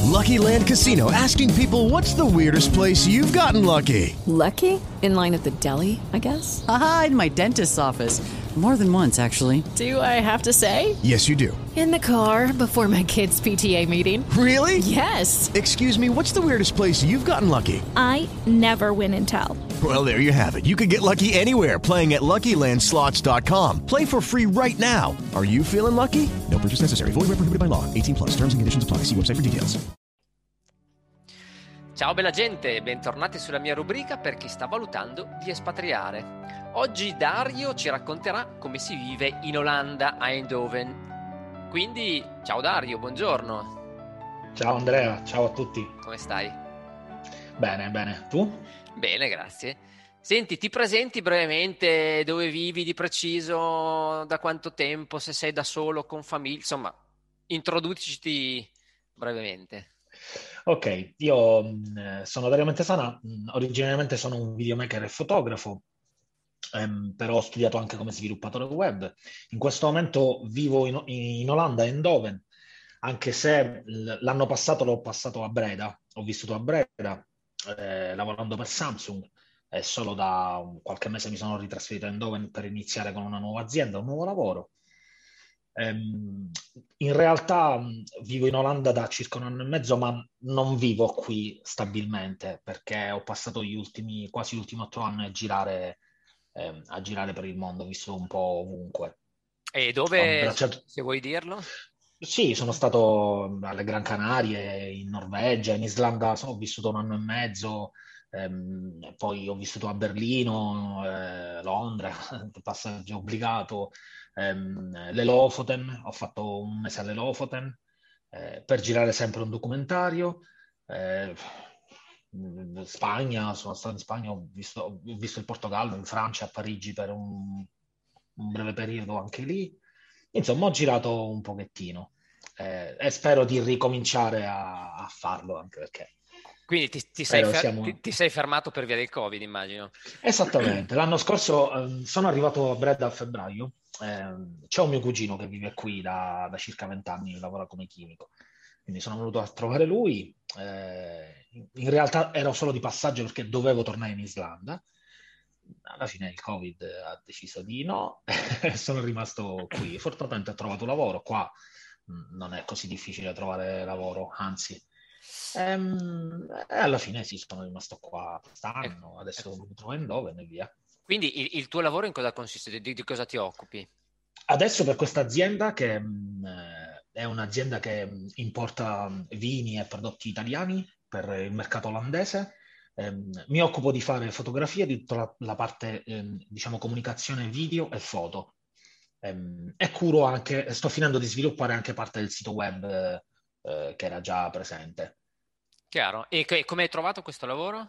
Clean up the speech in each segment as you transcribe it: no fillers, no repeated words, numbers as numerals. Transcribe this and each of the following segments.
Lucky Land Casino, asking people, what's the weirdest place you've gotten lucky? Lucky? In line at the deli, I guess? Aha, in my dentist's office. More than once, actually. Do I have to say? Yes, you do. In the car before my kids' PTA meeting. Really? Yes. Excuse me, what's the weirdest place you've gotten lucky? I never win and tell. Well, there you have it. You can get lucky anywhere, playing at LuckyLandSlots.com. Play for free right now. Are you feeling lucky? No purchase necessary. Void where prohibited by law. 18 plus. Terms and conditions apply. See website for details. Ciao bella gente, bentornati sulla mia rubrica per chi sta valutando di espatriare. Oggi Dario ci racconterà come si vive in Olanda, a Eindhoven. Quindi, ciao Dario, buongiorno. Ciao Andrea, ciao a tutti. Come stai? Bene, bene. Tu? Bene, grazie. Senti, ti presenti brevemente dove vivi di preciso, da quanto tempo, se sei da solo, con famiglia, insomma, introduciti brevemente. Ok, io sono Dario Mentesana, originariamente sono un videomaker e fotografo, però ho studiato anche come sviluppatore web. In questo momento vivo in Olanda, a Eindhoven, anche se l'anno passato l'ho passato a Breda, ho vissuto a Breda lavorando per Samsung e solo da qualche mese mi sono ritrasferito a Eindhoven per iniziare con una nuova azienda, un nuovo lavoro. In realtà vivo in Olanda da circa 1 anno e mezzo, ma non vivo qui stabilmente perché ho passato quasi gli ultimi 8 anni a girare per il mondo, ho vissuto un po' ovunque. E dove, se vuoi dirlo? Sì, sono stato alle Gran Canarie, in Norvegia, in Islanda, ho vissuto 1 anno e mezzo, poi ho vissuto a Berlino, Londra, passaggio obbligato, le Lofoten, ho fatto 1 mese alle Lofoten per girare sempre un documentario. Spagna, sono stato in Spagna, ho visto il Portogallo, in Francia, a Parigi per un breve periodo anche lì. Insomma, ho girato un pochettino e spero di ricominciare a farlo, anche perché quindi ti sei fermato per via del Covid, immagino. Esattamente, l'anno scorso sono arrivato a Breda a febbraio. C'è un mio cugino che vive qui da circa 20 anni, lavora come chimico, quindi sono venuto a trovare lui. In realtà ero solo di passaggio perché dovevo tornare in Islanda. Alla fine il Covid ha deciso di no e sono rimasto qui. Fortunatamente ho trovato lavoro qua, non è così difficile trovare lavoro, anzi. E alla fine sì, sono rimasto qua quest'anno, adesso mi trovo in Doven e via. Quindi il tuo lavoro in cosa consiste? Di cosa ti occupi? Adesso per questa azienda che è un'azienda che importa vini e prodotti italiani per il mercato olandese, mi occupo di fare fotografia di tutta la parte, diciamo, comunicazione video e foto. E curo anche, sto finendo di sviluppare anche parte del sito web che era già presente. Chiaro. E come hai trovato questo lavoro?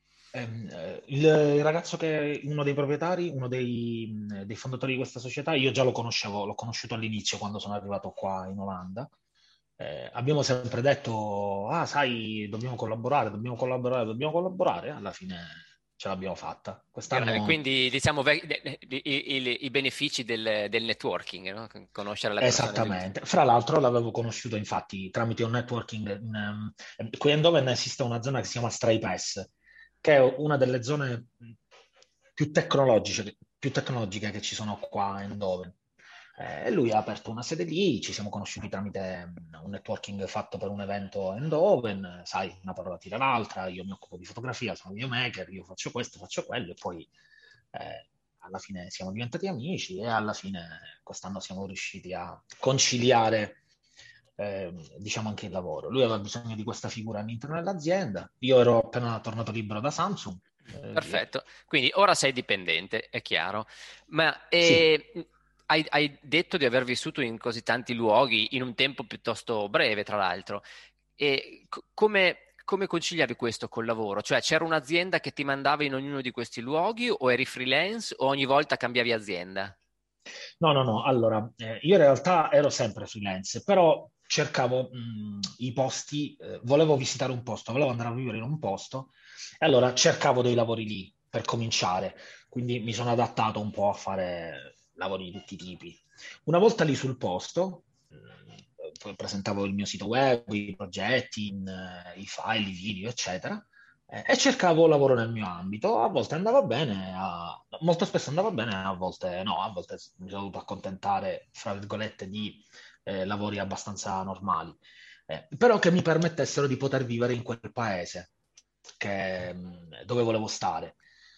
Il ragazzo che è uno dei proprietari, uno dei fondatori di questa società, io già l'ho conosciuto all'inizio quando sono arrivato qua in Olanda. Abbiamo sempre detto, sai, dobbiamo collaborare. Alla fine ce l'abbiamo fatta. Quest'anno... Quindi diciamo i benefici del networking, no? Conoscere le persone. Esattamente. Fra l'altro l'avevo conosciuto infatti tramite un networking. Qui a Eindhoven esiste una zona che si chiama Strijpes, che è una delle zone più tecnologiche che ci sono qua a Eindhoven. E lui ha aperto una sede lì, ci siamo conosciuti tramite un networking fatto per un evento a Eindhoven, sai, una parola tira l'altra, io mi occupo di fotografia, sono videomaker, io faccio questo, faccio quello, e poi alla fine siamo diventati amici e alla fine quest'anno siamo riusciti a conciliare diciamo anche il lavoro. Lui aveva bisogno di questa figura all'interno dell'azienda, io ero appena tornato libero da Samsung. Perfetto, quindi ora sei dipendente, è chiaro, ma sì. hai detto di aver vissuto in così tanti luoghi in un tempo piuttosto breve, tra l'altro, e come conciliavi questo col lavoro? Cioè c'era un'azienda che ti mandava in ognuno di questi luoghi o eri freelance o ogni volta cambiavi azienda? No, allora, io in realtà ero sempre freelance, però cercavo i posti, volevo visitare un posto, volevo andare a vivere in un posto, e allora cercavo dei lavori lì per cominciare, quindi mi sono adattato un po' a fare lavori di tutti i tipi. Una volta lì sul posto, presentavo il mio sito web, i progetti, i file, i video, eccetera, e cercavo lavoro nel mio ambito. A volte andava bene, molto spesso andava bene, a volte no, a volte mi sono dovuto accontentare, fra virgolette, di lavori abbastanza normali, però che mi permettessero di poter vivere in quel paese dove volevo stare.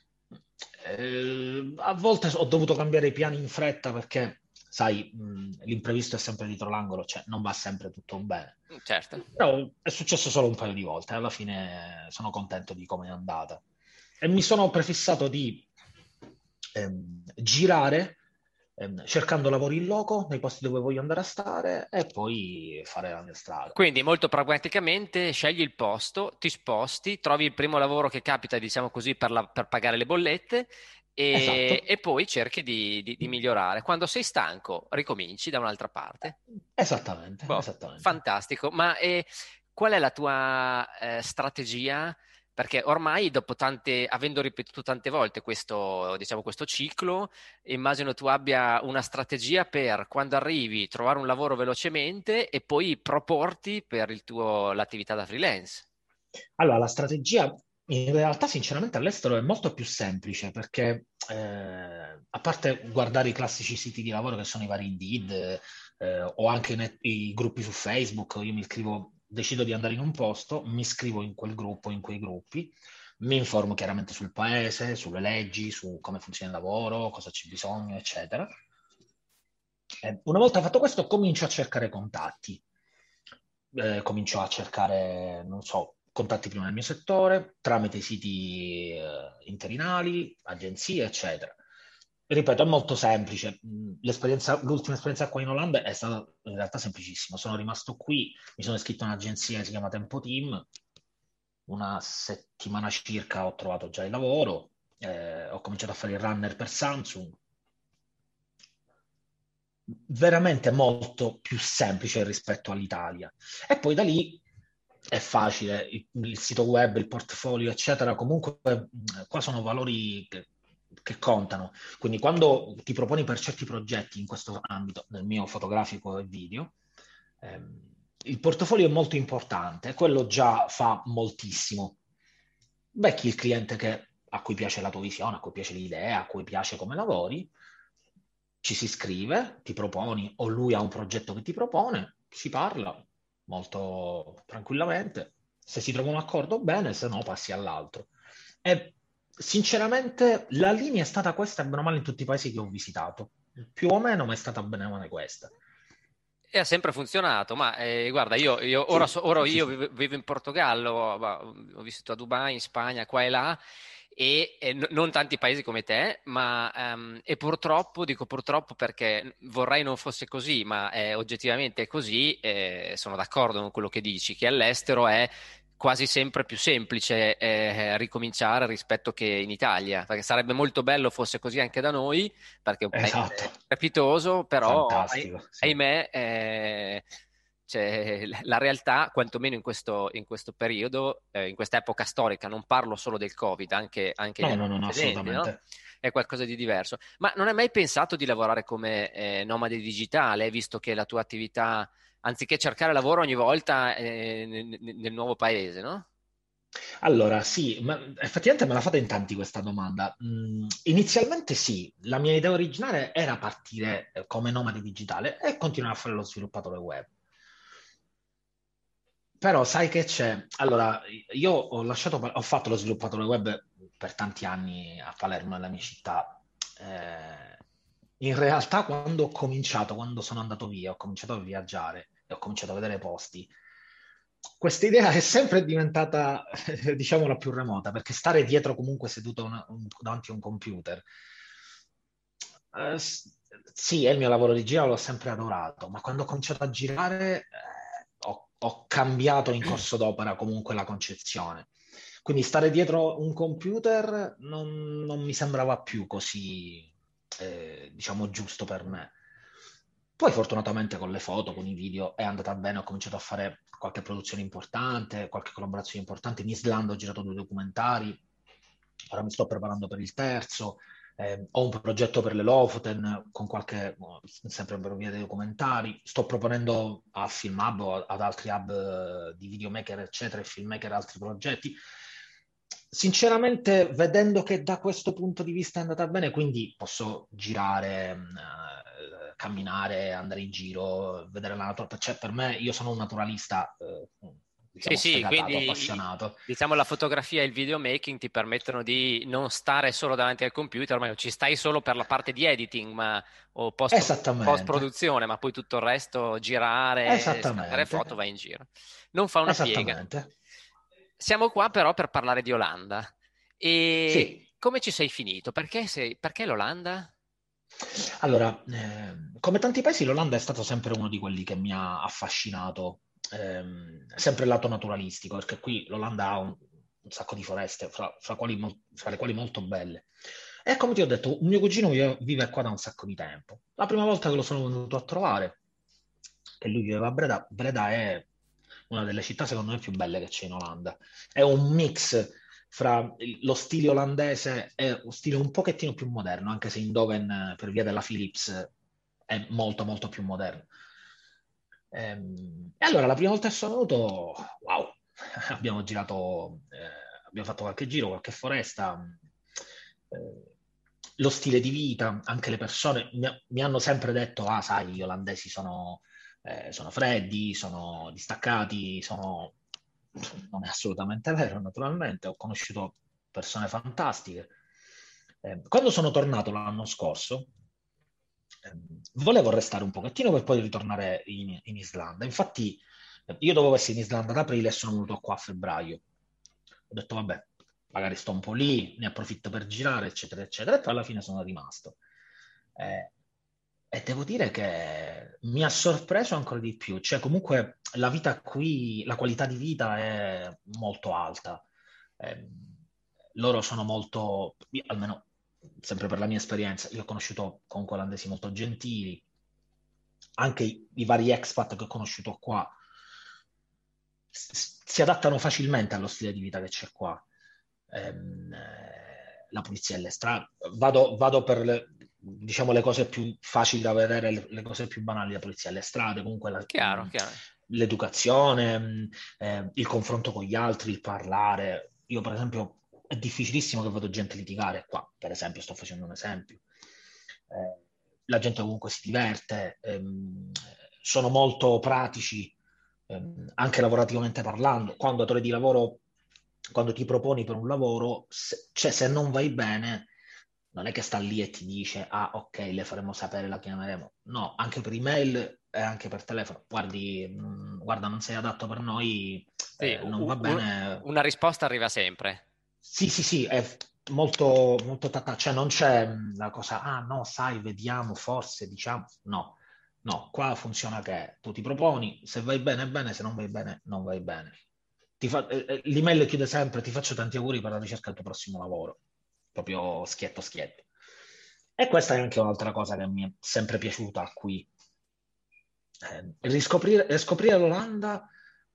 A volte ho dovuto cambiare i piani in fretta perché, sai, l'imprevisto è sempre dietro l'angolo, cioè non va sempre tutto bene. Certo. Però è successo solo un paio di volte, alla fine sono contento di come è andata. E mi sono prefissato di girare cercando lavori in loco nei posti dove voglio andare a stare e poi fare la mia strada. Quindi molto pragmaticamente scegli il posto, ti sposti, trovi il primo lavoro che capita, diciamo così, per pagare le bollette Esatto. e poi cerchi di migliorare. Quando sei stanco, ricominci da un'altra parte. Esattamente, Boh, esattamente. fantastico. Ma qual è la tua strategia? Perché ormai, avendo ripetuto tante volte questo, diciamo, questo ciclo, immagino tu abbia una strategia per quando arrivi trovare un lavoro velocemente e poi proporti per l'attività da freelance. Allora, la strategia in realtà, sinceramente, all'estero è molto più semplice perché, a parte guardare i classici siti di lavoro che sono i vari Indeed, o anche i gruppi su Facebook, io mi iscrivo, decido di andare in un posto, mi iscrivo in quel gruppo, in quei gruppi, mi informo chiaramente sul paese, sulle leggi, su come funziona il lavoro, cosa c'è bisogno, eccetera. Una volta fatto questo, comincio a cercare contatti. Comincio a cercare, non so, contatti prima nel mio settore, tramite i siti interinali, agenzie, eccetera. Ripeto, è molto semplice. L'ultima esperienza qua in Olanda è stata in realtà semplicissima. Sono rimasto qui, mi sono iscritto a un'agenzia che si chiama Tempo Team, una settimana circa ho trovato già il lavoro, ho cominciato a fare il runner per Samsung. Veramente molto più semplice rispetto all'Italia. E poi da lì è facile, il sito web, il portfolio, eccetera. Comunque qua sono valori che contano. Quindi quando ti proponi per certi progetti in questo ambito, nel mio fotografico e video, il portfolio è molto importante, quello già fa moltissimo. Becchi il cliente a cui piace la tua visione, a cui piace l'idea, a cui piace come lavori, ci si scrive, ti proponi, o lui ha un progetto che ti propone, si parla molto tranquillamente. Se si trova un accordo, bene, se no passi all'altro. E sinceramente la linea è stata questa, bene o male, in tutti i paesi che ho visitato. Più o meno, ma è stata bene o male questa. E ha sempre funzionato, ma guarda, io Sì, ora sì, io sì. vivo in Portogallo, ho vissuto a Dubai, in Spagna, qua e là, e non tanti paesi come te, ma e purtroppo, dico purtroppo perché vorrei non fosse così, ma oggettivamente è così, sono d'accordo con quello che dici, che all'estero è quasi sempre più semplice ricominciare rispetto che in Italia, perché sarebbe molto bello fosse così anche da noi, perché è un Esatto, paese strepitoso, però fantastico, sì. ahimè, cioè, la realtà, quantomeno in questo periodo, in questa epoca storica, non parlo solo del Covid, anche gli No, anni no, no, no, precedenti, no? assolutamente. È qualcosa di diverso. Ma non hai mai pensato di lavorare come nomade digitale, visto che la tua attività, anziché cercare lavoro ogni volta nel nuovo paese, no? Allora, sì, ma effettivamente me la fate in tanti questa domanda. Inizialmente sì, la mia idea originale era partire come nomade digitale e continuare a fare lo sviluppatore web. Però sai che c'è? Allora, io ho fatto lo sviluppatore web per tanti anni a Palermo, nella mia città. In realtà, quando ho cominciato, quando sono andato via, ho cominciato a viaggiare e ho cominciato a vedere posti, questa idea è sempre diventata, diciamo, la più remota, perché stare dietro comunque seduto davanti a un computer, sì, è il mio lavoro di giro, l'ho sempre adorato, ma quando ho cominciato a girare, ho cambiato in corso d'opera comunque la concezione. Quindi stare dietro un computer non mi sembrava più così, diciamo, giusto per me. Poi fortunatamente con le foto, con i video è andata bene, ho cominciato a fare qualche produzione importante, qualche collaborazione importante. In Islanda ho girato 2 documentari, ora mi sto preparando per il terzo. Ho un progetto per le Lofoten con sempre per via dei documentari. Sto proponendo a Film Hub o ad altri hub di videomaker, eccetera, e filmmaker altri progetti. Sinceramente, vedendo che da questo punto di vista è andata bene, quindi posso girare, camminare, andare in giro, vedere la natura. Cioè, per me, io sono un naturalista, diciamo, Sì, sfegatato, quindi appassionato. diciamo la fotografia e il videomaking ti permettono di non stare solo davanti al computer, ma ci stai solo per la parte di editing o Esattamente, post-produzione, ma poi tutto il resto, girare, scattare esattamente, foto, vai in giro. Non fa una piega. esattamente. Siamo qua però per parlare di Olanda. E Sì. come ci sei finito? Perché l'Olanda? Allora, come tanti paesi, l'Olanda è stato sempre uno di quelli che mi ha affascinato, sempre il lato naturalistico, perché qui l'Olanda ha un sacco di foreste, fra le quali molto belle. E come ti ho detto, un mio cugino vive qua da un sacco di tempo. La prima volta che lo sono venuto a trovare, che lui viveva a Breda, Breda è una delle città secondo me più belle che c'è in Olanda. È un mix fra lo stile olandese e lo stile un pochettino più moderno, anche se Eindhoven, per via della Philips, è molto molto più moderno. E allora la prima volta che sono venuto, wow, abbiamo girato, abbiamo fatto qualche giro, qualche foresta, lo stile di vita, anche le persone mi hanno sempre detto, ah sai, gli olandesi sono freddi, sono distaccati, non è assolutamente vero, naturalmente. Ho conosciuto persone fantastiche. Quando sono tornato l'anno scorso, volevo restare un pochettino per poi ritornare in Islanda. Infatti, io dovevo essere in Islanda ad aprile e sono venuto qua a febbraio. Ho detto, vabbè, magari sto un po' lì, ne approfitto per girare, eccetera, eccetera. E poi alla fine sono rimasto. E devo dire che mi ha sorpreso ancora di più. Cioè, comunque, la vita qui, la qualità di vita è molto alta. Loro sono molto, almeno sempre per la mia esperienza, io ho conosciuto comunque olandesi molto gentili, anche i vari expat che ho conosciuto qua si adattano facilmente allo stile di vita che c'è qua. La pulizia delle strade, vado per diciamo le cose più facili da vedere, le cose più banali, la pulizia delle strade, comunque Chiaro, chiaro. l'educazione, il confronto con gli altri, il parlare. Io per esempio è difficilissimo che vedo gente litigare qua, per esempio, sto facendo un esempio. La gente comunque si diverte, sono molto pratici, anche lavorativamente parlando. Quando trovi di lavoro, quando ti proponi per un lavoro, se non vai bene, non è che sta lì e ti dice, ah ok, le faremo sapere, la chiameremo. No, anche per email e anche per telefono. Guarda, non sei adatto per noi, Sì, non va bene. una risposta arriva sempre. Sì, sì, sì, è molto, molto cioè non c'è la cosa, ah no, sai, vediamo, forse, diciamo, no, no, qua funziona che tu ti proponi, se vai bene, bene, se non vai bene, non vai bene. L'email chiude sempre, ti faccio tanti auguri per la ricerca del tuo prossimo lavoro, proprio schietto, schietto. E questa è anche un'altra cosa che mi è sempre piaciuta qui. Scoprire l'Olanda,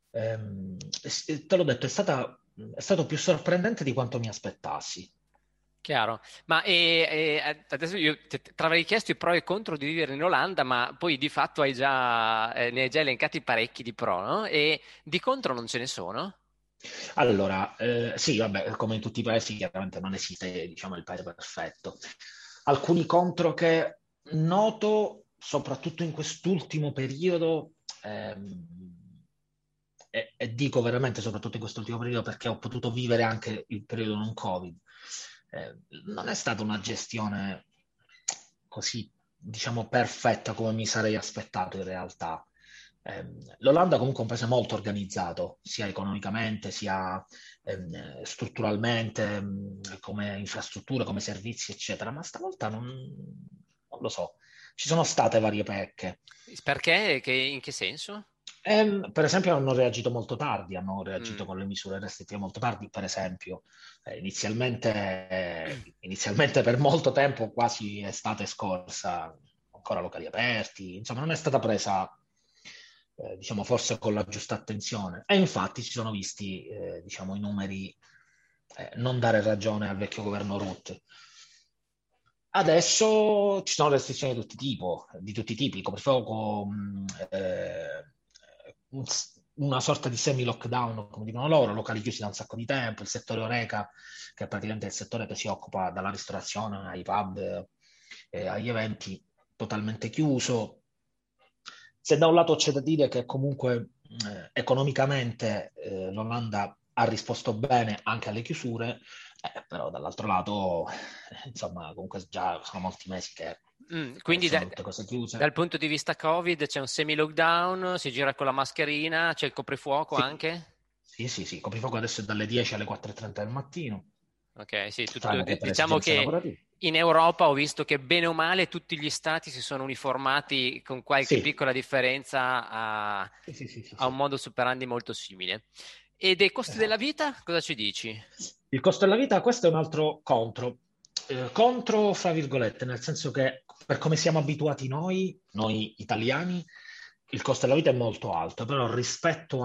te l'ho detto, è stato più sorprendente di quanto mi aspettassi. Chiaro, ma adesso io ti avrei chiesto i pro e i contro di vivere in Olanda, ma poi di fatto ne hai già elencati parecchi di pro, no? E di contro non ce ne sono? Allora, sì, vabbè, come in tutti i paesi, chiaramente non esiste, diciamo, il paese perfetto. Alcuni contro che noto, soprattutto in quest'ultimo periodo, e dico veramente soprattutto in quest'ultimo periodo perché ho potuto vivere anche il periodo non Covid, non è stata una gestione così, diciamo, perfetta come mi sarei aspettato in realtà. L'Olanda comunque è un paese molto organizzato, sia economicamente, sia strutturalmente, come infrastrutture, come servizi, eccetera, ma stavolta non lo so. Ci sono state varie pecche. Perché? In che senso? Per esempio hanno reagito molto tardi, hanno reagito Mm. con le misure restrittive molto tardi, per esempio inizialmente per molto tempo, quasi estate scorsa, ancora locali aperti, insomma non è stata presa, diciamo, forse con la giusta attenzione. E infatti si sono visti, diciamo, i numeri non dare ragione al vecchio governo Rutte. Adesso ci sono restrizioni di tutti i tipi, coprifuoco, un- una sorta di semi-lockdown, come dicono loro, locali chiusi da un sacco di tempo, il settore Horeca, che è praticamente il settore che si occupa dalla ristorazione ai pub, agli eventi, totalmente chiuso. Se da un lato c'è da dire che comunque economicamente l'Olanda ha risposto bene anche alle chiusure, però dall'altro lato, insomma, comunque già sono molti mesi che Quindi sono tutte cose dal chiuse. punto di vista Covid c'è un semi-lockdown, si gira con la mascherina, c'è il coprifuoco Sì, anche? sì, coprifuoco adesso è dalle 10 alle 4:30 del mattino, Ok, sì, tranne che per diciamo esigenze che lavorative. in Europa ho visto che bene o male tutti gli stati si sono uniformati con qualche Sì, piccola differenza a un sì, modus operandi molto simile. E dei costi della esatto. vita, cosa ci dici? Il costo della vita, questo è un altro contro. Contro, fra virgolette, nel senso che per come siamo abituati noi italiani, il costo della vita è molto alto, però rispetto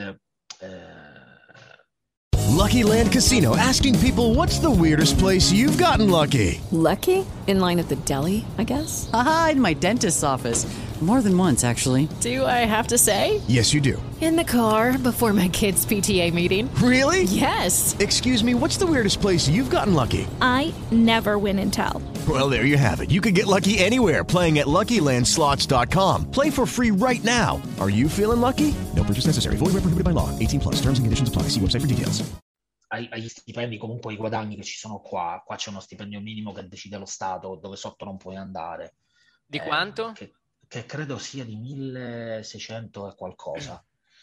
Lucky Land Casino asking people what's the weirdest place you've gotten lucky? Lucky? In line at the deli, I guess? Aha, in my dentist's office. More than once, actually. Do I have to say? Yes, you do. In the car before my kids' PTA meeting. Really? Yes. Excuse me, what's the weirdest place you've gotten lucky? I never win and tell. Well, there you have it. You can get lucky anywhere, playing at LuckyLandSlots.com. Play for free right now. Are you feeling lucky? No purchase necessary. Void where prohibited by law. 18 plus. Terms and conditions apply. See website for details. agli stipendi, comunque ai guadagni che ci sono qua. Qua c'è uno stipendio minimo che decide lo Stato, dove sotto non puoi andare, Di quanto? che credo sia di 1600 e qualcosa.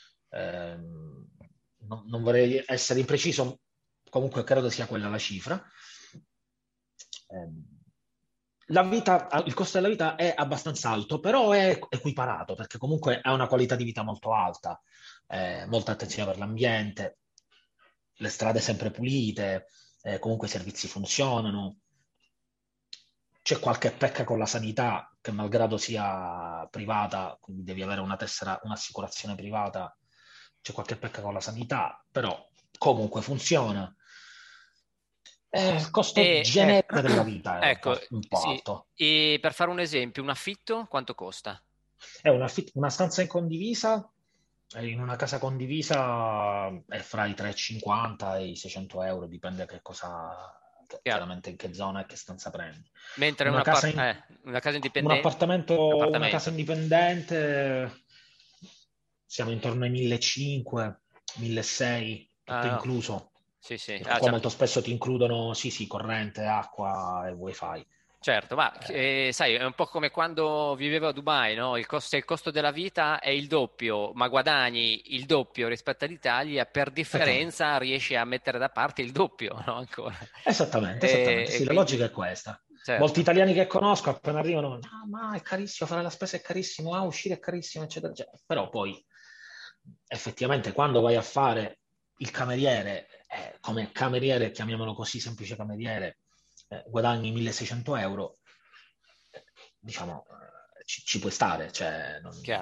Non vorrei essere impreciso, comunque credo sia quella la cifra. Il costo della vita è abbastanza alto, però è equiparato, perché comunque ha una qualità di vita molto alta, molta attenzione per l'ambiente, le strade sempre pulite, comunque i servizi funzionano. C'è qualche pecca con la sanità, che malgrado sia privata, quindi devi avere una tessera, un'assicurazione privata, c'è qualche pecca con la sanità, però comunque funziona. Il costo generico della vita è ecco, un po' sì. alto. E per fare un esempio, un affitto quanto costa? È una stanza in condivisa, in una casa condivisa è fra i 350 e i 600 euro, dipende che cosa, chiaramente in che zona e che stanza prendi. Mentre Una casa una casa un indipendente, appartamento, una casa indipendente, siamo intorno ai 1500, 1600, tutto incluso. Sì, sì. Qua molto spesso ti includono, sì, corrente, acqua e wifi. Certo, ma sai, è un po' come quando vivevo a Dubai, no? Se il costo della vita è il doppio, ma guadagni il doppio rispetto all'Italia, per differenza riesci a mettere da parte il doppio, no? Ancora. Esattamente. Sì, la logica è questa. Certo. Molti italiani che conosco appena arrivano, ma è carissimo, fare la spesa è carissimo, uscire è carissimo, eccetera, eccetera. Però poi, effettivamente, quando vai a fare il cameriere, come cameriere, chiamiamolo così, semplice cameriere, guadagni 1600 euro, diciamo, ci puoi stare, cioè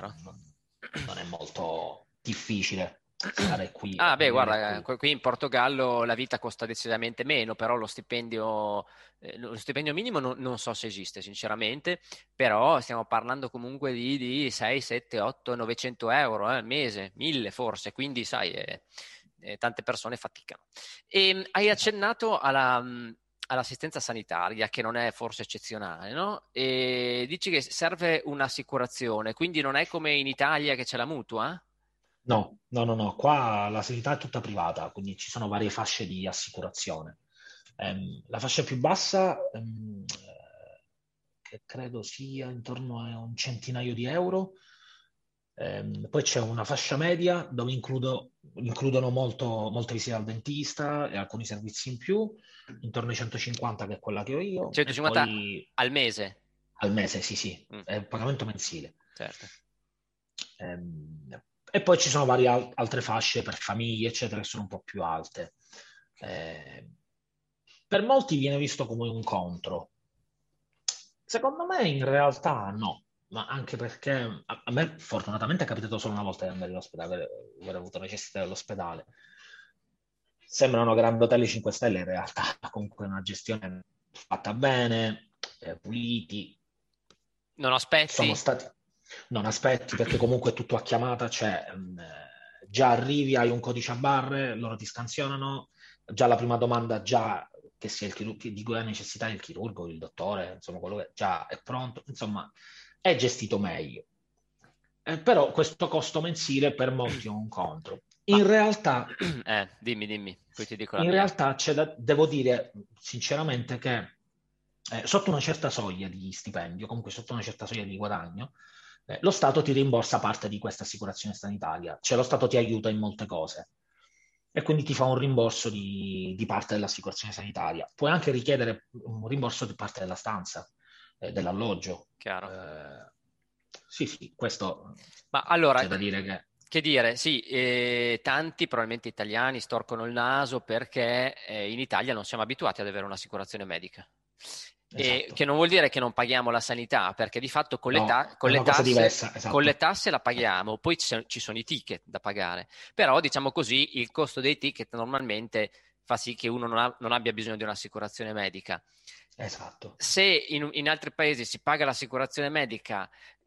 non è molto difficile stare qui. Guarda, qui in Portogallo la vita costa decisamente meno, però lo stipendio minimo non so se esiste sinceramente, però stiamo parlando comunque di 6, 7, 8, 900 euro al mese, 1000 forse, quindi sai, tante persone faticano. E hai accennato all'assistenza sanitaria, che non è forse eccezionale, no? E dici che serve un'assicurazione, quindi non è come in Italia che c'è la mutua? No. Qua la sanità è tutta privata, quindi ci sono varie fasce di assicurazione. La fascia più bassa, che credo sia intorno a un centinaio di euro. Poi c'è una fascia media dove includono molte visite al dentista e alcuni servizi in più, intorno ai 150, che è quella che ho io. 150 e poi, al mese? Al mese, sì, è un pagamento mensile. Certo. E poi ci sono varie altre fasce per famiglie, eccetera, che sono un po' più alte. Per molti viene visto come un contro. Secondo me in realtà no, ma anche perché a me fortunatamente è capitato solo una volta di andare all'ospedale, aver avuto necessità dell'ospedale. Sembrano grandi hotel 5 stelle, in realtà comunque una gestione fatta bene, puliti. Non aspetti? Sono stati... Non aspetti, perché comunque è tutto a chiamata, cioè già arrivi, hai un codice a barre, loro ti scansionano, già la prima domanda, già che sia il chirurgo, di cui ha necessità il chirurgo, il dottore, insomma, quello che già è pronto, insomma, è gestito meglio. Però questo costo mensile per molti è un contro. In realtà, dimmi, poi ti dico la in mia. realtà devo dire sinceramente che sotto una certa soglia di stipendio, comunque sotto una certa soglia di guadagno, lo Stato ti rimborsa parte di questa assicurazione sanitaria, cioè lo Stato ti aiuta in molte cose e quindi ti fa un rimborso di parte dell'assicurazione sanitaria. Puoi anche richiedere un rimborso di parte della stanza, dell'alloggio. Chiaro. Sì, questo Ma allora, c'è da dire che... Che dire, sì, tanti probabilmente italiani storcono il naso perché in Italia non siamo abituati ad avere un'assicurazione medica. Esatto. Che non vuol dire che non paghiamo la sanità, perché di fatto con le, No, con è le una cosa tasse, diversa, esatto. con le tasse la paghiamo, poi ci sono i ticket da pagare. Però, diciamo così, il costo dei ticket normalmente fa sì che uno non abbia bisogno di un'assicurazione medica. Esatto. Se in altri paesi si paga l'assicurazione medica,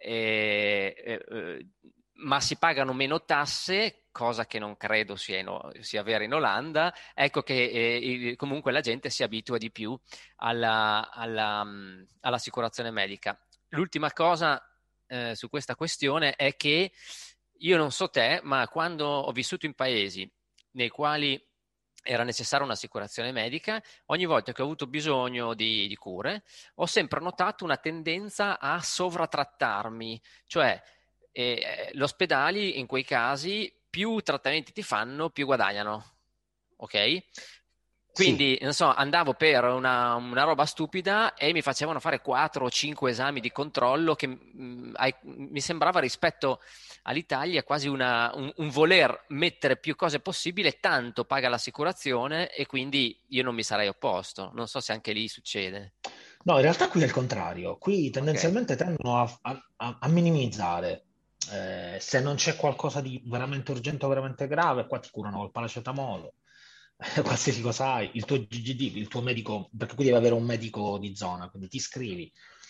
ma si pagano meno tasse, cosa che non credo sia vera in Olanda, ecco che comunque la gente si abitua di più all'assicurazione medica. L'ultima cosa su questa questione è che io non so te, ma quando ho vissuto in paesi nei quali era necessaria un'assicurazione medica, ogni volta che ho avuto bisogno di cure, ho sempre notato una tendenza a sovratrattarmi, cioè gli ospedali in quei casi più trattamenti ti fanno, più guadagnano, ok? Quindi, non so, andavo per una roba stupida e mi facevano fare 4 o 5 esami di controllo che mi sembrava rispetto all'Italia quasi un voler mettere più cose possibile, tanto paga l'assicurazione e quindi io non mi sarei opposto. Non so se anche lì succede. No, in realtà qui è il contrario. Qui tendenzialmente tendono a minimizzare. Se non c'è qualcosa di veramente urgente o veramente grave, qua ti curano col paracetamolo. Qualsiasi cosa hai, il tuo GGD, il tuo medico, perché qui devi avere un medico di zona, quindi ti iscrivi,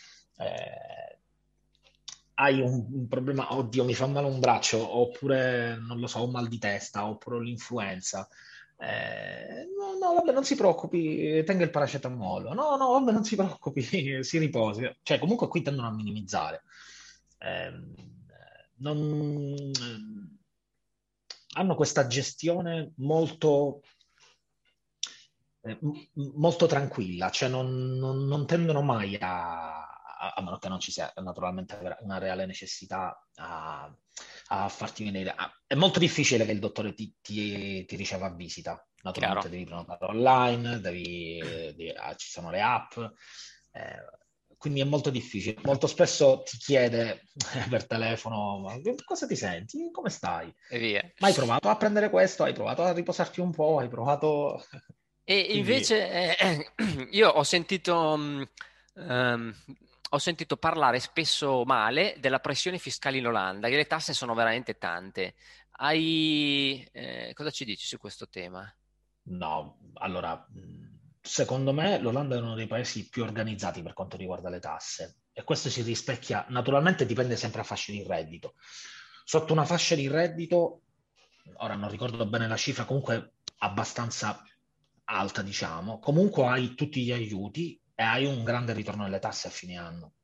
hai un problema, oddio mi fa male un braccio, oppure non lo so, ho un mal di testa, oppure ho l'influenza. No, vabbè, non si preoccupi, tenga il paracetamolo. No, vabbè, non si preoccupi, si riposi. Cioè, comunque qui tendono a minimizzare. Non, hanno questa gestione molto tranquilla, cioè non tendono mai a meno che non ci sia naturalmente una reale necessità a farti venire. È molto difficile che il dottore ti riceva a visita, naturalmente Chiaro. devi prenotare online, ci sono le app, quindi è molto difficile. Molto spesso ti chiede per telefono, cosa ti senti? Come stai? E via. Ma hai provato a prendere questo? Hai provato a riposarti un po'? Hai provato... E Quindi, invece io ho sentito parlare spesso male della pressione fiscale in Olanda, che le tasse sono veramente tante. Cosa ci dici su questo tema? no, allora, secondo me l'Olanda è uno dei paesi più organizzati per quanto riguarda le tasse e questo si rispecchia, naturalmente dipende sempre a fascia di reddito. Sotto una fascia di reddito, ora non ricordo bene la cifra, comunque abbastanza alta, diciamo, comunque hai tutti gli aiuti e hai un grande ritorno delle tasse a fine anno.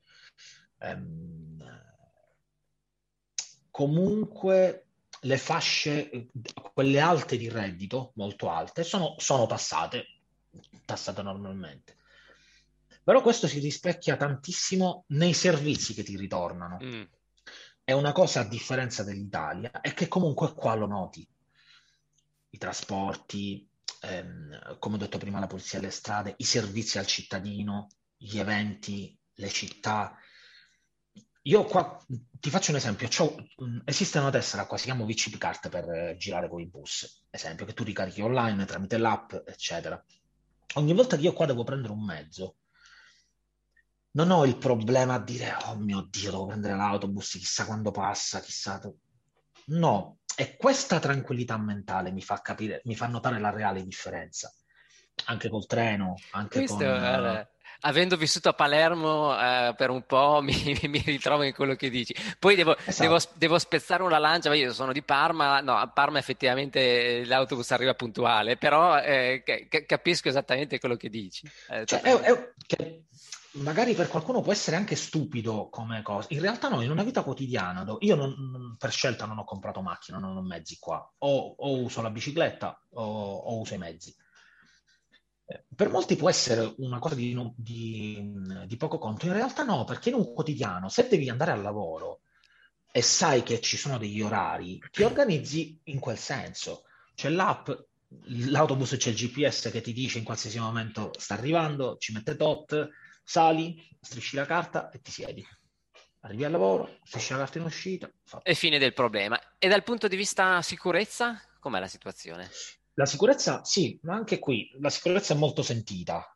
Comunque le fasce, quelle alte di reddito, molto alte, sono tassate normalmente. Però questo si rispecchia tantissimo nei servizi che ti ritornano. È una cosa a differenza dell'Italia, è che comunque qua lo noti. I trasporti, come ho detto prima, la polizia alle strade, i servizi al cittadino, gli eventi, le città. Io qua ti faccio un esempio, esiste una tessera qua, si chiama VCP Card per girare con i bus, esempio, che tu ricarichi online tramite l'app, eccetera. Ogni volta che io qua devo prendere un mezzo, non ho il problema a dire, oh mio Dio, devo prendere l'autobus, chissà quando passa, chissà... No, e questa tranquillità mentale mi fa capire, mi fa notare la reale differenza. Anche col treno, anche Questo, con... avendo vissuto a Palermo per un po', mi ritrovo in quello che dici. Poi Esatto. devo spezzare una lancia, ma io sono di Parma, no, a Parma effettivamente l'autobus arriva puntuale, però capisco esattamente quello che dici. Cioè, che magari per qualcuno può essere anche stupido come cosa. In realtà no, in una vita quotidiana, io per scelta non ho comprato macchina, non ho mezzi qua. O uso la bicicletta o uso i mezzi. Per molti può essere una cosa di poco conto, in realtà no, perché in un quotidiano, se devi andare al lavoro e sai che ci sono degli orari, ti organizzi in quel senso. C'è l'app, l'autobus c'è il GPS che ti dice in qualsiasi momento sta arrivando, ci mette tot, sali, strisci la carta e ti siedi. Arrivi al lavoro, strisci la carta in uscita, E fatto. fine del problema. E dal punto di vista sicurezza, com'è la situazione? La sicurezza, sì, ma anche qui la sicurezza è molto sentita.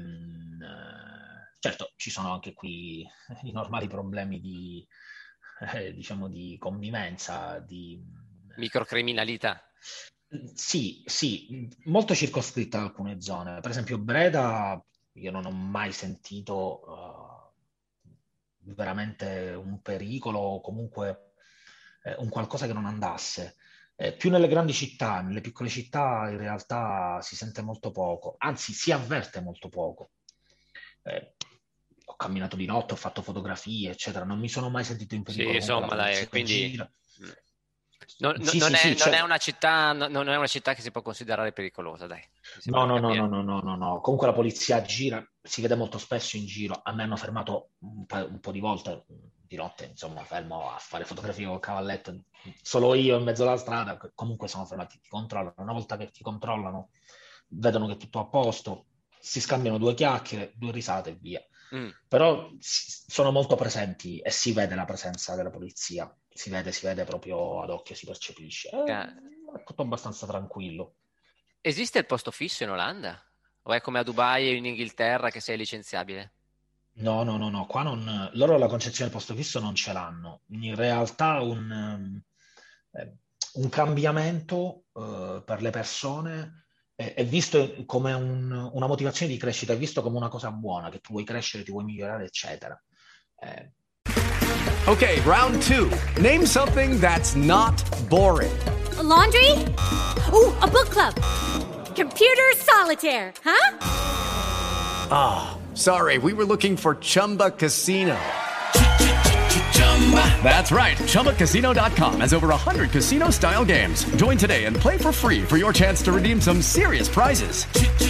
Certo, ci sono anche qui i normali problemi diciamo, di convivenza, Microcriminalità. Sì, sì, molto circoscritta in alcune zone. Per esempio, Breda, io non ho mai sentito veramente un pericolo o comunque un qualcosa che non andasse. Più nelle grandi città, nelle piccole città in realtà si sente molto poco, anzi si avverte molto poco. Ho camminato di notte, ho fatto fotografie, eccetera, non mi sono mai sentito in Sì, pericolo, comunque la insomma, dai, polizia quindi gira. Sì, non sì, è, sì, non è cioè, una città, non è una città che si può considerare pericolosa, dai, mi sembra no, di no, no, no, capire. no, no, no, no. Comunque la polizia gira, si vede molto spesso in giro. A me hanno fermato un po' di volte di notte, insomma, fermo a fare fotografie col cavalletto. Solo io in mezzo alla strada, comunque sono fermati, ti controllano. Una volta che ti controllano, vedono che è tutto a posto, si scambiano due chiacchiere, due risate e via. Mm. Però sono molto presenti e si vede la presenza della polizia. Si vede proprio ad occhio, si percepisce. Ca- È tutto abbastanza tranquillo. Esiste il posto fisso in Olanda? O è come a Dubai e in Inghilterra che sei licenziabile? No, no, no, no, qua non, loro la concezione del posto fisso non ce l'hanno. In realtà un cambiamento per le persone è visto come una motivazione di crescita, è visto come una cosa buona, che tu vuoi crescere, ti vuoi migliorare, eccetera. Eh, Okay, round two. Name something that's not boring. A laundry? Ooh, a book club. Computer solitaire, huh? Sorry, we were looking for Chumba Casino. That's right. ChumbaCasino.com has over 100 casino-style games. Join today and play for free for your chance to redeem some serious prizes.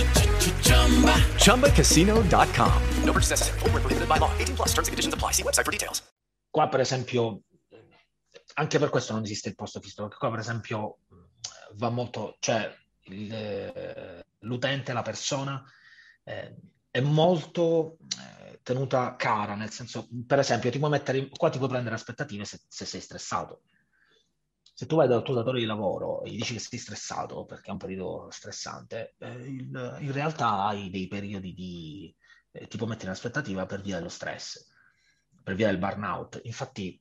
ChumbaCasino.com. No purchase necessary. Void where prohibited by law. 18 plus terms and conditions apply. See website for details. Qua, per esempio, anche per questo non esiste il posto fisso, perché qua, per esempio, va molto, cioè l'utente, la persona, è molto tenuta cara, nel senso, per esempio, ti puoi mettere, qua ti puoi prendere aspettative se sei stressato. Se tu vai dal tuo datore di lavoro e gli dici che sei stressato perché è un periodo stressante, in realtà hai dei periodi ti può mettere in aspettativa per via dello stress, per via del burnout. Infatti,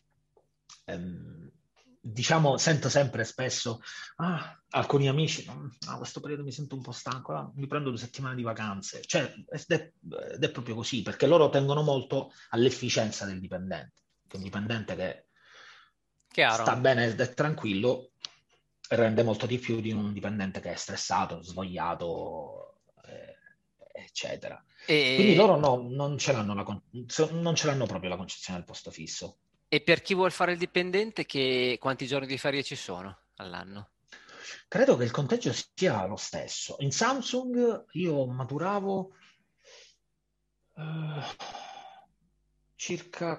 diciamo, sento sempre spesso, alcuni amici, questo periodo mi sento un po' stanco, mi prendo 2 settimane di vacanze. Cioè, ed è proprio così, perché loro tengono molto all'efficienza del dipendente. Che un dipendente che Chiaro. sta bene ed è tranquillo rende molto di più di un dipendente che è stressato, svogliato, eccetera. Quindi E, loro no, non ce l'hanno non ce l'hanno proprio la concezione del posto fisso. e per chi vuol fare il dipendente, quanti giorni di ferie ci sono all'anno? Credo che il conteggio sia lo stesso. In Samsung io maturavo circa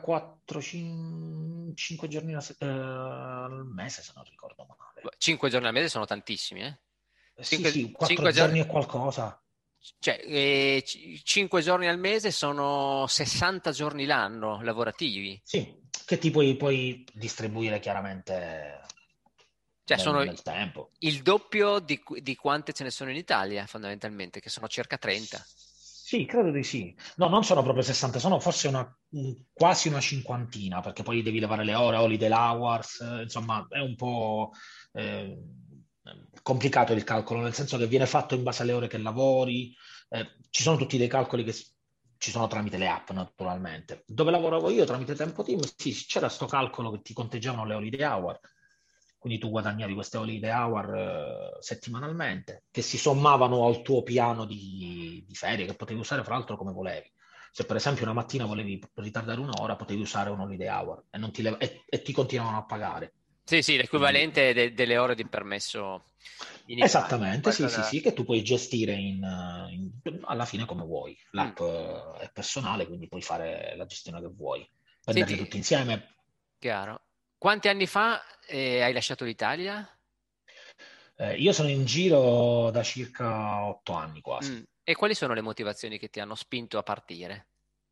4-5 giorni al mese, se non ricordo male. 5 giorni al mese sono tantissimi, eh? Sì, Cinque, sì, 4 cinque giorni, giorni e qualcosa. cioè, 5 giorni al mese sono 60 giorni l'anno lavorativi. Sì, che ti puoi distribuire chiaramente Cioè, sono nel tempo. il doppio di quante ce ne sono in Italia, fondamentalmente, che sono circa 30. Sì, credo di sì. No, non sono proprio 60, sono forse quasi una cinquantina, perché poi devi levare le ore, holiday hours, insomma, è un po' complicato il calcolo, nel senso che viene fatto in base alle ore che lavori, ci sono tutti dei calcoli che ci sono tramite le app naturalmente. Dove lavoravo io tramite Tempo Team, sì, c'era sto calcolo che ti conteggiavano le holiday hour, quindi tu guadagnavi queste holiday hour settimanalmente, che si sommavano al tuo piano di ferie, che potevi usare fra l'altro come volevi. Se per esempio una mattina volevi ritardare un'ora, potevi usare un holiday hour e, e ti continuavano a pagare. Sì, sì, l'equivalente delle ore di permesso in Italia. Esattamente, sì, che tu puoi gestire alla fine come vuoi. L'app è personale, quindi puoi fare la gestione che vuoi, prenderli tutti insieme. Chiaro. Quanti anni fa hai lasciato l'Italia? Io sono in giro da circa 8 anni quasi. E quali sono le motivazioni che ti hanno spinto a partire?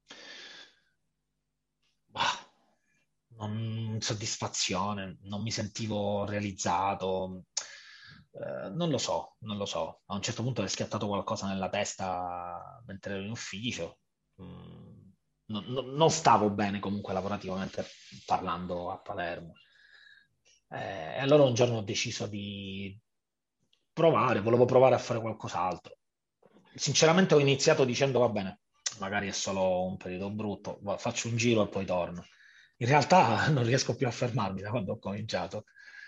Soddisfazione, non mi sentivo realizzato. Non lo so. A un certo punto è schiattato qualcosa nella testa mentre ero in ufficio. Non stavo bene comunque lavorativamente parlando a Palermo. E allora un giorno ho deciso di volevo provare a fare qualcos'altro. Sinceramente ho iniziato dicendo va bene, magari è solo un periodo brutto, faccio un giro e poi torno. In realtà non riesco più a fermarmi da quando ho cominciato.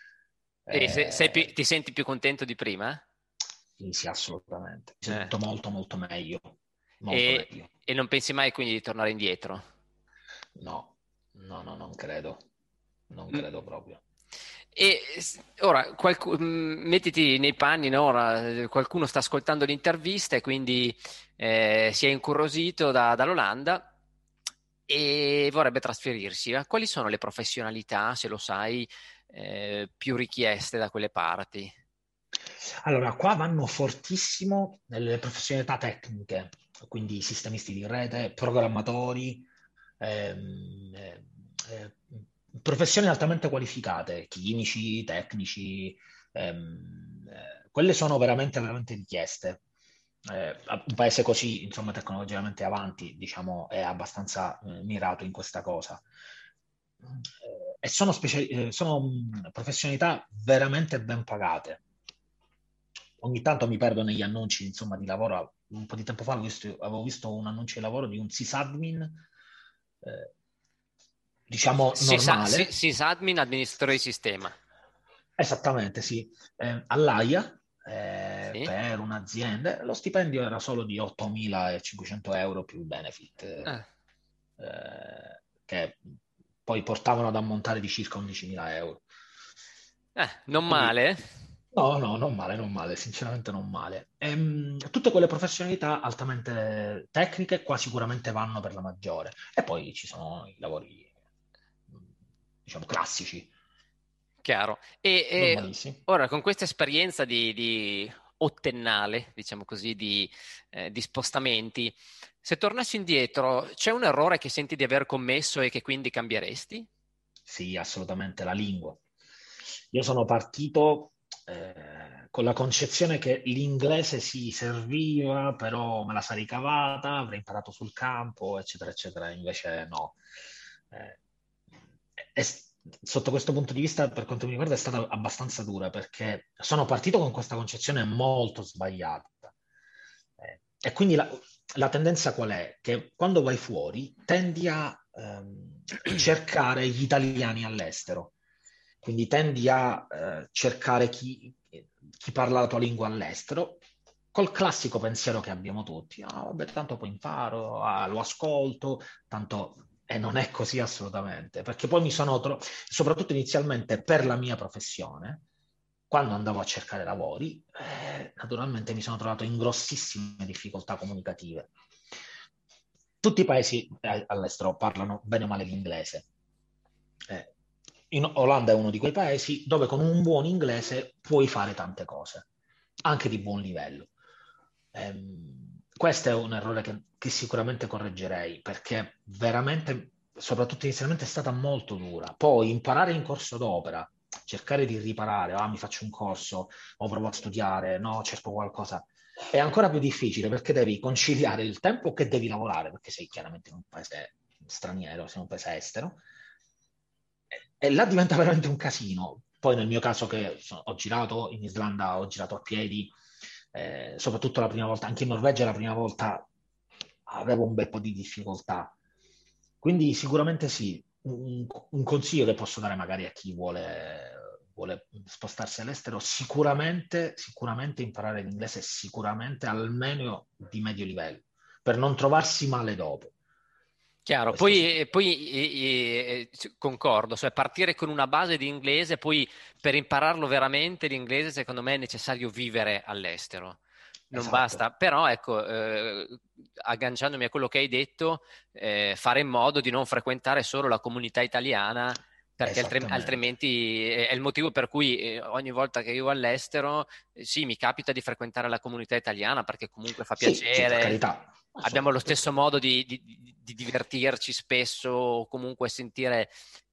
E ti senti più contento di prima? Sì, assolutamente. Mi sento molto, molto meglio. Meglio. E non pensi mai quindi di tornare indietro? No, non credo. Non credo proprio. E ora, mettiti nei panni, no? Ora, qualcuno sta ascoltando l'intervista e quindi si è incuriosito dall'Olanda e vorrebbe trasferirsi. Quali sono le professionalità, se lo sai, più richieste da quelle parti? Allora, qua vanno fortissimo nelle professionalità tecniche, quindi sistemisti di rete, programmatori, professioni altamente qualificate, chimici, tecnici, quelle sono veramente, veramente richieste. Un paese così, insomma, tecnologicamente avanti, diciamo, è abbastanza mirato in questa cosa. E sono professionalità veramente ben pagate. Ogni tanto mi perdo negli annunci, insomma, di lavoro. Un po' di tempo fa avevo visto un annuncio di lavoro di un sysadmin, diciamo normale. Sysadmin, amministratore di sistema. Esattamente, sì. All'AIA, per un'azienda, lo stipendio era solo di 8.500 euro più benefit, che poi portavano ad ammontare di circa 11.000 euro. Non male? No, non male, sinceramente non male. Tutte quelle professionalità altamente tecniche qua sicuramente vanno per la maggiore. E poi ci sono i lavori, diciamo, classici. Chiaro. E ora, con questa esperienza di ottennale, diciamo così, di spostamenti, se tornassi indietro, c'è un errore che senti di aver commesso e che quindi cambieresti? Sì, assolutamente, la lingua. Io sono partito con la concezione che l'inglese sì serviva, però me la sarei cavata, avrei imparato sul campo, eccetera, eccetera. Invece no. Sotto questo punto di vista, per quanto mi riguarda, è stata abbastanza dura, perché sono partito con questa concezione molto sbagliata. E quindi la tendenza qual è? Che quando vai fuori tendi a cercare gli italiani all'estero. Quindi tendi a cercare chi parla la tua lingua all'estero, col classico pensiero che abbiamo tutti. Vabbè, tanto poi imparo, lo ascolto, tanto... E non è così assolutamente, perché poi soprattutto inizialmente per la mia professione, quando andavo a cercare lavori, naturalmente mi sono trovato in grossissime difficoltà comunicative. Tutti i paesi all'estero parlano bene o male l'inglese. In Olanda è uno di quei paesi dove con un buon inglese puoi fare tante cose, anche di buon livello. Questo è un errore che sicuramente correggerei, perché veramente, soprattutto inizialmente, è stata molto dura. Poi imparare in corso d'opera, cercare di riparare, mi faccio un corso, o provo a studiare, no, cerco qualcosa, è ancora più difficile, perché devi conciliare il tempo che devi lavorare, perché sei chiaramente in un paese straniero, sei in un paese estero, e là diventa veramente un casino. Poi nel mio caso, che ho girato in Islanda, ho girato a piedi, soprattutto la prima volta, anche in Norvegia la prima volta avevo un bel po' di difficoltà. Quindi sicuramente sì, un consiglio che posso dare magari a chi vuole spostarsi all'estero, sicuramente imparare l'inglese, sicuramente almeno di medio livello, per non trovarsi male dopo. Chiaro, Questo sì. poi concordo, cioè partire con una base di inglese, poi per impararlo veramente l'inglese secondo me è necessario vivere all'estero, non Esatto. basta, però ecco, agganciandomi a quello che hai detto, fare in modo di non frequentare solo la comunità italiana, perché Esattamente. altrimenti è il motivo per cui ogni volta che io vado all'estero, sì, mi capita di frequentare la comunità italiana perché comunque fa Sì, per piacere. carità. Abbiamo lo stesso modo di divertirci spesso, o comunque sentire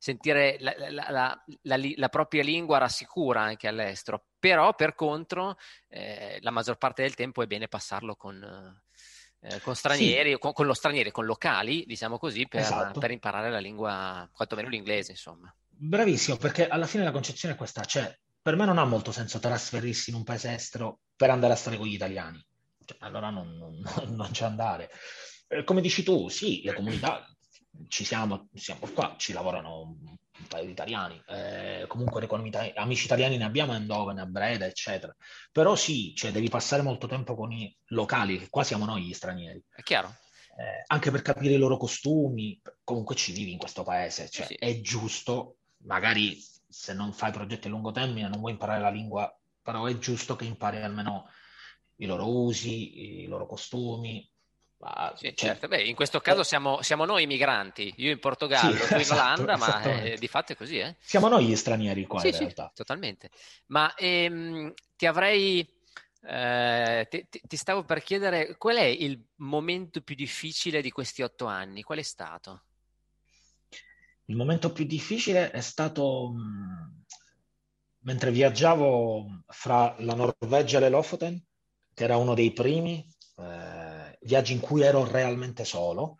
la propria lingua rassicura anche all'estero. Però, per contro, la maggior parte del tempo è bene passarlo con stranieri, Sì, con locali, diciamo così, per esatto. imparare la lingua, quantomeno l'inglese, insomma. Bravissimo, perché alla fine la concezione è questa, cioè per me non ha molto senso trasferirsi in un paese estero per andare a stare con gli italiani. Cioè, allora non c'è andare. Come dici tu, sì, le comunità siamo qua, ci lavorano un paio di italiani, comunque amici italiani ne abbiamo a Eindhoven, a Breda, eccetera. Però sì, cioè, devi passare molto tempo con i locali, che qua siamo noi gli stranieri. È chiaro? Anche per capire i loro costumi, comunque ci vivi in questo paese, Sì, cioè sì. è giusto, magari se non fai progetti a lungo termine, non vuoi imparare la lingua, però è giusto che impari almeno i loro usi, i loro costumi. Sì, Cioè, certo. Beh, in questo caso siamo noi i migranti, io in sì, Portogallo, tu in esatto, Olanda, ma esattamente. di fatto è così, eh? Siamo noi gli stranieri qua in Sì, sì, realtà. totalmente. Ma ti avrei, ti stavo per chiedere qual è il momento più difficile di questi 8 anni? Qual è stato? Il momento più difficile è stato mentre viaggiavo fra la Norvegia e le Lofoten, che era uno dei primi viaggi in cui ero realmente solo.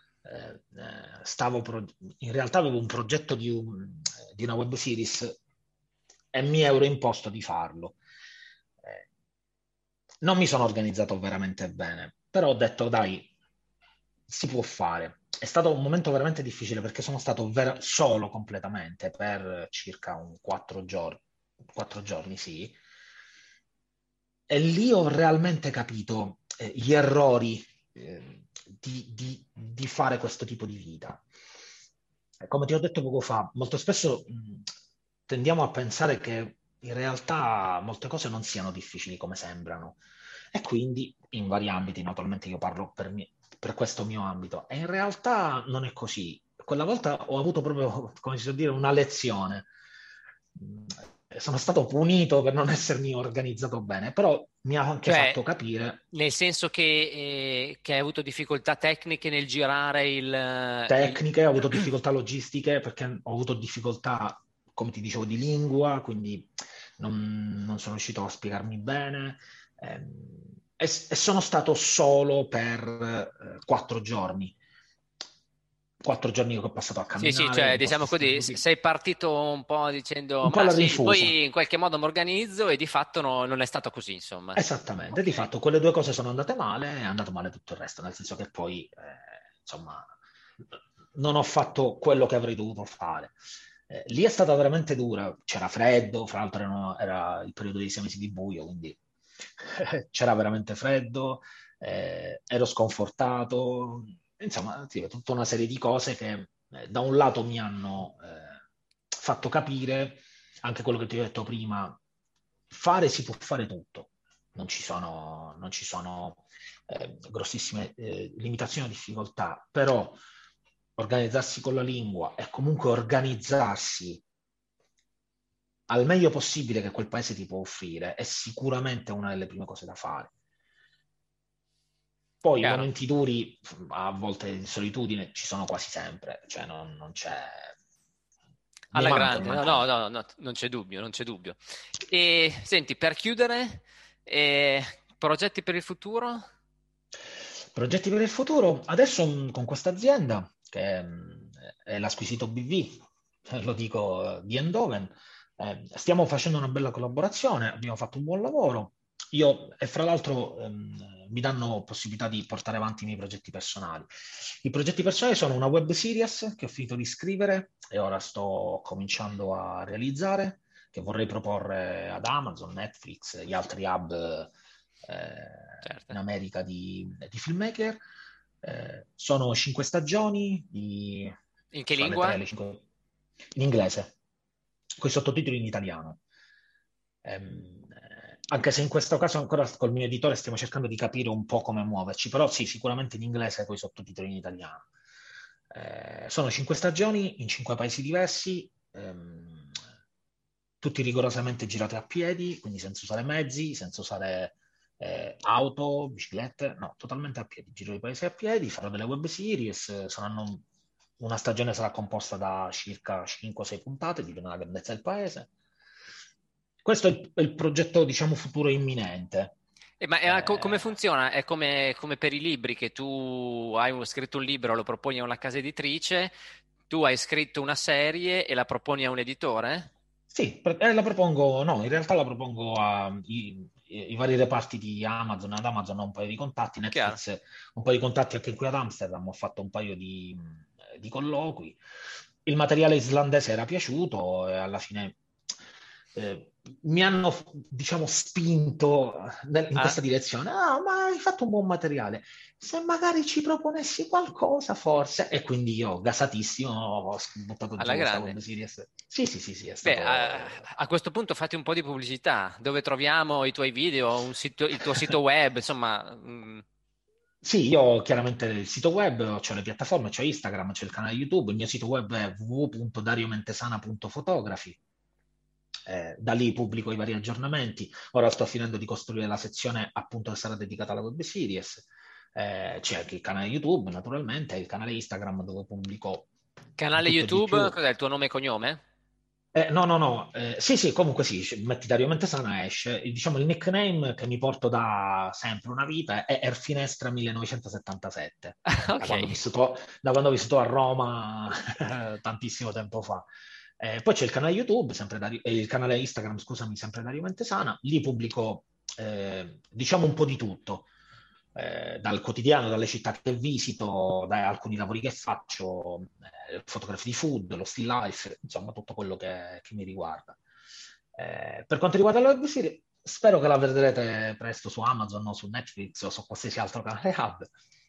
In realtà avevo un progetto di una web series e mi ero imposto di farlo. Non mi sono organizzato veramente bene, però ho detto, dai, si può fare. È stato un momento veramente difficile perché sono stato solo completamente per circa 4 giorni, sì. E lì ho realmente capito gli errori di fare questo tipo di vita. Come ti ho detto poco fa, molto spesso tendiamo a pensare che in realtà molte cose non siano difficili come sembrano. E quindi in vari ambiti, naturalmente io parlo per questo mio ambito, e in realtà non è così. Quella volta ho avuto proprio, come si può dire, una lezione. Sono stato punito per non essermi organizzato bene, però mi ha anche Cioè, fatto capire. nel senso che hai avuto difficoltà tecniche nel girare Tecniche, ho avuto difficoltà logistiche perché ho avuto difficoltà, come ti dicevo, di lingua, quindi non sono riuscito a spiegarmi bene. E sono stato solo per 4 giorni. 4 giorni che ho passato a Sì, sì, camminare cioè in diciamo posti così, sperduti, sei partito un po' dicendo un po' ma alla sì, rinfusa. poi in qualche modo mi organizzo e di fatto non è stato così, insomma. Esattamente, di Ok. fatto quelle due cose sono andate male, è andato male tutto il resto, nel senso che poi, insomma, non ho fatto quello che avrei dovuto fare. Lì è stata veramente dura, c'era freddo, fra l'altro era il periodo dei 6 mesi di buio, quindi c'era veramente freddo, ero sconfortato, insomma, sì, tutta una serie di cose che da un lato mi hanno fatto capire anche quello che ti ho detto prima, fare si può fare tutto, non ci sono grossissime limitazioni o difficoltà, però organizzarsi con la lingua e comunque organizzarsi al meglio possibile che quel paese ti può offrire è sicuramente una delle prime cose da fare. Poi i Chiaro. momenti duri, a volte di solitudine, ci sono quasi sempre, cioè non c'è. Mi Alla mancano, mi grande, no, no, mancano. no, no, non c'è dubbio, non c'è dubbio. E senti, per chiudere, progetti per il futuro? Progetti per il futuro? Adesso con questa azienda, che è la Squisito BV, lo dico di Eindhoven, stiamo facendo una bella collaborazione, abbiamo fatto un buon lavoro, e fra l'altro mi danno possibilità di portare avanti i miei progetti personali. I progetti personali sono una web series che ho finito di scrivere e ora sto cominciando a realizzare, che vorrei proporre ad Amazon, Netflix, gli altri hub in America di filmmaker. Sono 5 stagioni in che lingua? In inglese, con i sottotitoli in italiano. Anche se in questo caso ancora col mio editore stiamo cercando di capire un po' come muoverci, però sì, sicuramente in inglese con i sottotitoli in italiano. Sono 5 stagioni in 5 paesi diversi, tutti rigorosamente girati a piedi, quindi senza usare mezzi, senza usare auto, biciclette, no, totalmente a piedi. Giro i paesi a piedi, farò delle web series, una stagione sarà composta da circa 5-6 puntate, dipende dalla grandezza del paese. Questo è il progetto, diciamo, futuro imminente. Come funziona? È come per i libri, che tu hai scritto un libro, lo proponi a una casa editrice, tu hai scritto una serie e la proponi a un editore? Sì, la propongo, no, in realtà la propongo ai vari reparti di Amazon. Ad Amazon ho un paio di contatti, Netflix un paio di contatti anche qui ad Amsterdam, ho fatto un paio di colloqui. Il materiale islandese era piaciuto e alla fine mi hanno, diciamo, spinto in questa direzione. Ma hai fatto un buon materiale, se magari ci proponessi qualcosa forse. E quindi io, gasatissimo, ho buttato giù questa web series. Sì, è stato... a questo punto fate un po' di pubblicità. Dove troviamo i tuoi video, il tuo sito web, insomma... Sì, io ho chiaramente il sito web, c'ho le piattaforme, c'ho Instagram, c'è il canale YouTube. Il mio sito web è www.dariomentesana.photography. Da lì pubblico i vari aggiornamenti. Ora sto finendo di costruire la sezione appunto che sarà dedicata alla web series. C'è anche il canale YouTube, naturalmente, e il canale Instagram dove pubblico. Canale YouTube, cos'è il tuo nome e cognome? No. Sì, comunque sì, metti Dario Mentesana, esce. Diciamo il nickname che mi porto da sempre una vita è Erfinestra 1977. Okay. Da quando ho vissuto a Roma tantissimo tempo fa. Poi c'è il canale YouTube, il canale Instagram, scusami, sempre Dario Mentesana. Lì pubblico, diciamo, un po' di tutto, dal quotidiano, dalle città che visito, da alcuni lavori che faccio, fotografie di food, lo still life, insomma, tutto quello che mi riguarda. Per quanto riguarda la web series, spero che la vedrete presto su Amazon o su Netflix o su qualsiasi altro canale hub.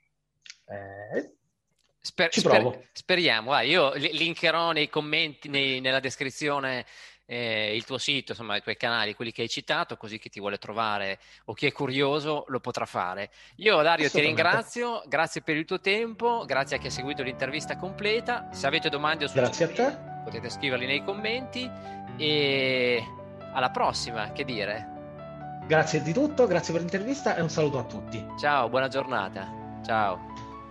Ci provo. Speriamo. Io linkerò nei commenti, nella descrizione, il tuo sito, insomma, i tuoi canali, quelli che hai citato, così chi ti vuole trovare o chi è curioso lo potrà fare. Io, Dario, ti ringrazio, grazie per il tuo tempo, grazie a chi ha seguito l'intervista completa. Se avete domande o suggerimenti, potete scriverli nei commenti e alla prossima, che dire. Grazie di tutto, grazie per l'intervista e un saluto a tutti. Ciao, buona giornata. Ciao.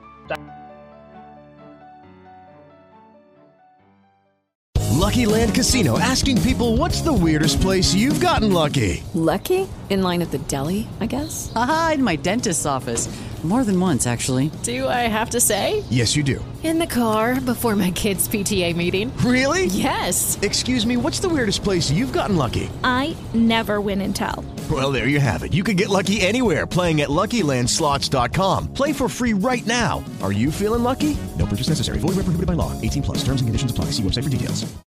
Lucky Land Casino, asking people, what's the weirdest place you've gotten lucky? Lucky? In line at the deli, I guess? Aha, in my dentist's office. More than once, actually. Do I have to say? Yes, you do. In the car before my kids' PTA meeting. Really? Yes. Excuse me, what's the weirdest place you've gotten lucky? I never win and tell. Well, there you have it. You can get lucky anywhere, playing at LuckyLandSlots.com. Play for free right now. Are you feeling lucky? No purchase necessary. Void where prohibited by law. 18+. Terms and conditions apply. See website for details.